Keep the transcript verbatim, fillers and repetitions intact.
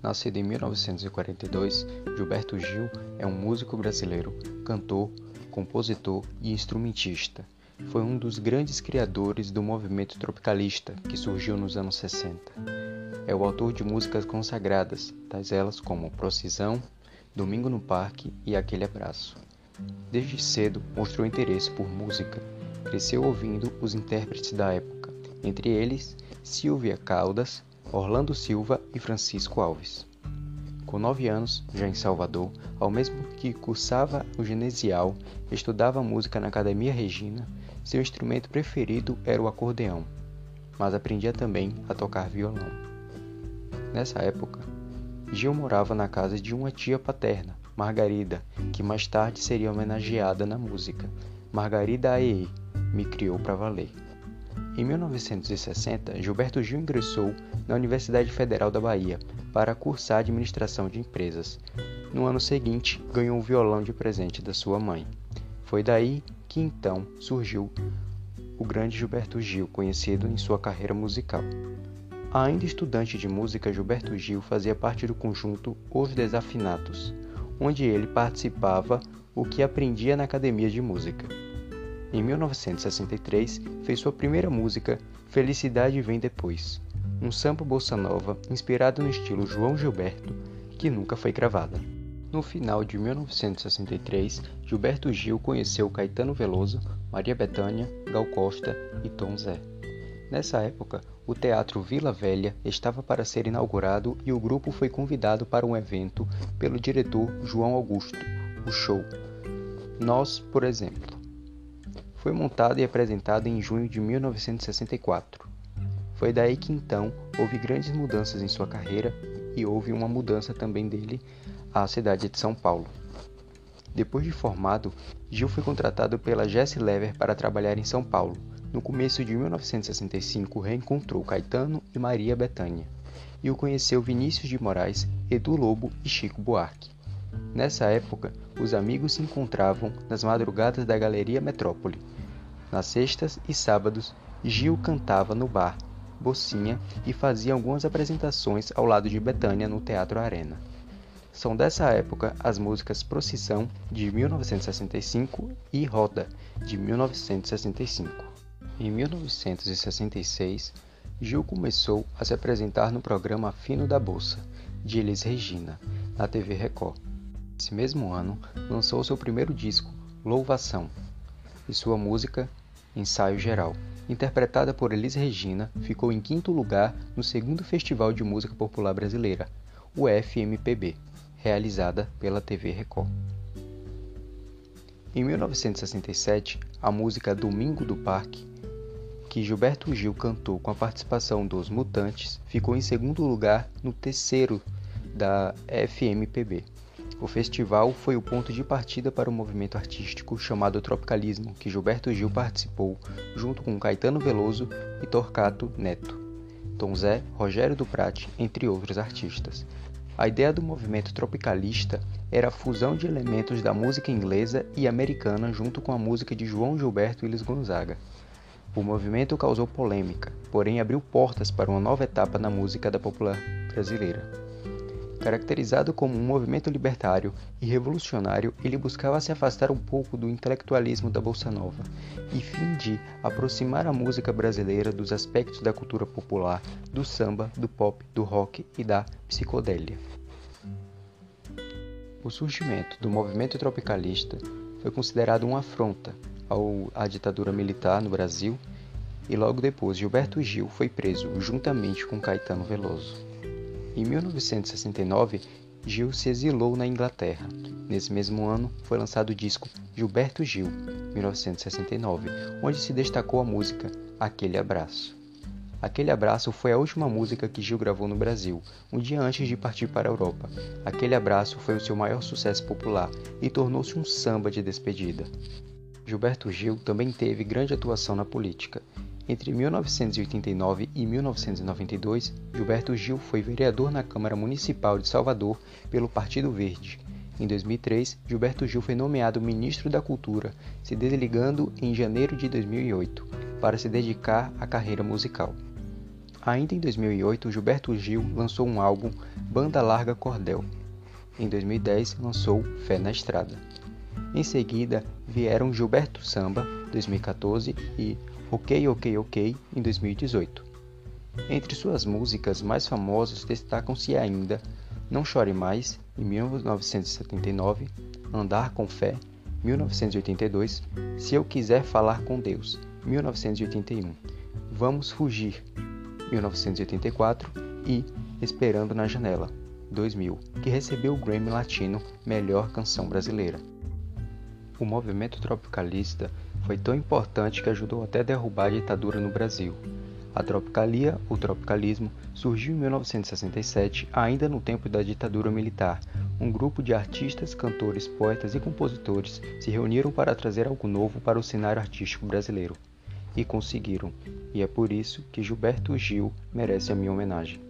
Nascido em mil novecentos e quarenta e dois, Gilberto Gil é um músico brasileiro, cantor, compositor e instrumentista. Foi um dos grandes criadores do movimento tropicalista que surgiu nos anos sessenta. É o autor de músicas consagradas, tais elas como Procisão, Domingo no Parque e Aquele Abraço. Desde cedo mostrou interesse por música. Cresceu ouvindo os intérpretes da época, entre eles Silvia Caldas, Orlando Silva e Francisco Alves. Com nove anos, já em Salvador, ao mesmo que cursava o ginesial, estudava música na Academia Regina, seu instrumento preferido era o acordeão, mas aprendia também a tocar violão. Nessa época, Gil morava na casa de uma tia paterna, Margarida, que mais tarde seria homenageada na música. Margarida Aê, me criou pra valer. Em mil novecentos e sessenta, Gilberto Gil ingressou na Universidade Federal da Bahia para cursar Administração de Empresas. No ano seguinte, ganhou um violão de presente da sua mãe. Foi daí que então surgiu o grande Gilberto Gil, conhecido em sua carreira musical. Ainda estudante de música, Gilberto Gil fazia parte do conjunto Os Desafinados, onde ele participava o que aprendia na Academia de Música. Em mil novecentos e sessenta e três, fez sua primeira música, Felicidade Vem Depois, um samba bossa nova inspirado no estilo João Gilberto, que nunca foi gravada. No final de mil novecentos e sessenta e três, Gilberto Gil conheceu Caetano Veloso, Maria Bethânia, Gal Costa e Tom Zé. Nessa época, o Teatro Vila Velha estava para ser inaugurado e o grupo foi convidado para um evento pelo diretor João Augusto, o show Nós, por exemplo. Foi montado e apresentado em junho de mil novecentos e sessenta e quatro. Foi daí que então houve grandes mudanças em sua carreira e houve uma mudança também dele à cidade de São Paulo. Depois de formado, Gil foi contratado pela Jesse Lever para trabalhar em São Paulo. No começo de mil novecentos e sessenta e cinco, reencontrou Caetano e Maria Bethânia e o conheceu Vinícius de Moraes, Edu Lobo e Chico Buarque. Nessa época, os amigos se encontravam nas madrugadas da Galeria Metrópole. Nas sextas e sábados, Gil cantava no bar Bocinha e fazia algumas apresentações ao lado de Bethânia no Teatro Arena. São dessa época as músicas Procissão, de mil novecentos e sessenta e cinco, e Roda, de mil novecentos e sessenta e cinco. Em mil novecentos e sessenta e seis, Gil começou a se apresentar no programa Fino da Bolsa, de Elis Regina, na T V Record. Nesse mesmo ano, lançou seu primeiro disco, Louvação, e sua música, Ensaio Geral, interpretada por Elis Regina, ficou em quinto lugar no segundo Festival de Música Popular Brasileira, o F M P B, realizada pela T V Record. Em mil novecentos e sessenta e sete, a música Domingo do Parque, que Gilberto Gil cantou com a participação dos Mutantes, ficou em segundo lugar no terceiro da F M P B. O festival foi o ponto de partida para o movimento artístico chamado Tropicalismo, que Gilberto Gil participou junto com Caetano Veloso e Torquato Neto, Tom Zé, Rogério do Prati, entre outros artistas. A ideia do movimento tropicalista era a fusão de elementos da música inglesa e americana junto com a música de João Gilberto e Luiz Gonzaga. O movimento causou polêmica, porém abriu portas para uma nova etapa na música da popular brasileira. Caracterizado como um movimento libertário e revolucionário, ele buscava se afastar um pouco do intelectualismo da Bossa Nova e fim de aproximar a música brasileira dos aspectos da cultura popular, do samba, do pop, do rock e da psicodélia. O surgimento do movimento tropicalista foi considerado uma afronta ao, à ditadura militar no Brasil e logo depois Gilberto Gil foi preso juntamente com Caetano Veloso. Em mil novecentos e sessenta e nove, Gil se exilou na Inglaterra. Nesse mesmo ano, foi lançado o disco Gilberto Gil, mil novecentos e sessenta e nove, onde se destacou a música Aquele Abraço. Aquele Abraço foi a última música que Gil gravou no Brasil, um dia antes de partir para a Europa. Aquele Abraço foi o seu maior sucesso popular e tornou-se um samba de despedida. Gilberto Gil também teve grande atuação na política. Entre mil novecentos e oitenta e nove e mil novecentos e noventa e dois, Gilberto Gil foi vereador na Câmara Municipal de Salvador pelo Partido Verde. Em dois mil e três, Gilberto Gil foi nomeado Ministro da Cultura, se desligando em janeiro de dois mil e oito, para se dedicar à carreira musical. Ainda em dois mil e oito, Gilberto Gil lançou um álbum, Banda Larga Cordel. Em dois mil e dez, lançou Fé na Estrada. Em seguida, vieram Gilberto Samba, dois mil e quatorze, e Ok Ok Ok, em dois mil e dezoito. Entre suas músicas mais famosas destacam-se ainda Não Chore Mais, em mil novecentos e setenta e nove, Andar com Fé, mil novecentos e oitenta e dois, Se Eu Quiser Falar com Deus, mil novecentos e oitenta e um, Vamos Fugir, mil novecentos e oitenta e quatro e Esperando na Janela, dois mil, que recebeu o Grammy Latino Melhor Canção Brasileira. O movimento tropicalista foi tão importante que ajudou até a derrubar a ditadura no Brasil. A tropicalia, ou tropicalismo, surgiu em mil novecentos e sessenta e sete, ainda no tempo da ditadura militar. Um grupo de artistas, cantores, poetas e compositores se reuniram para trazer algo novo para o cenário artístico brasileiro. E conseguiram. E é por isso que Gilberto Gil merece a minha homenagem.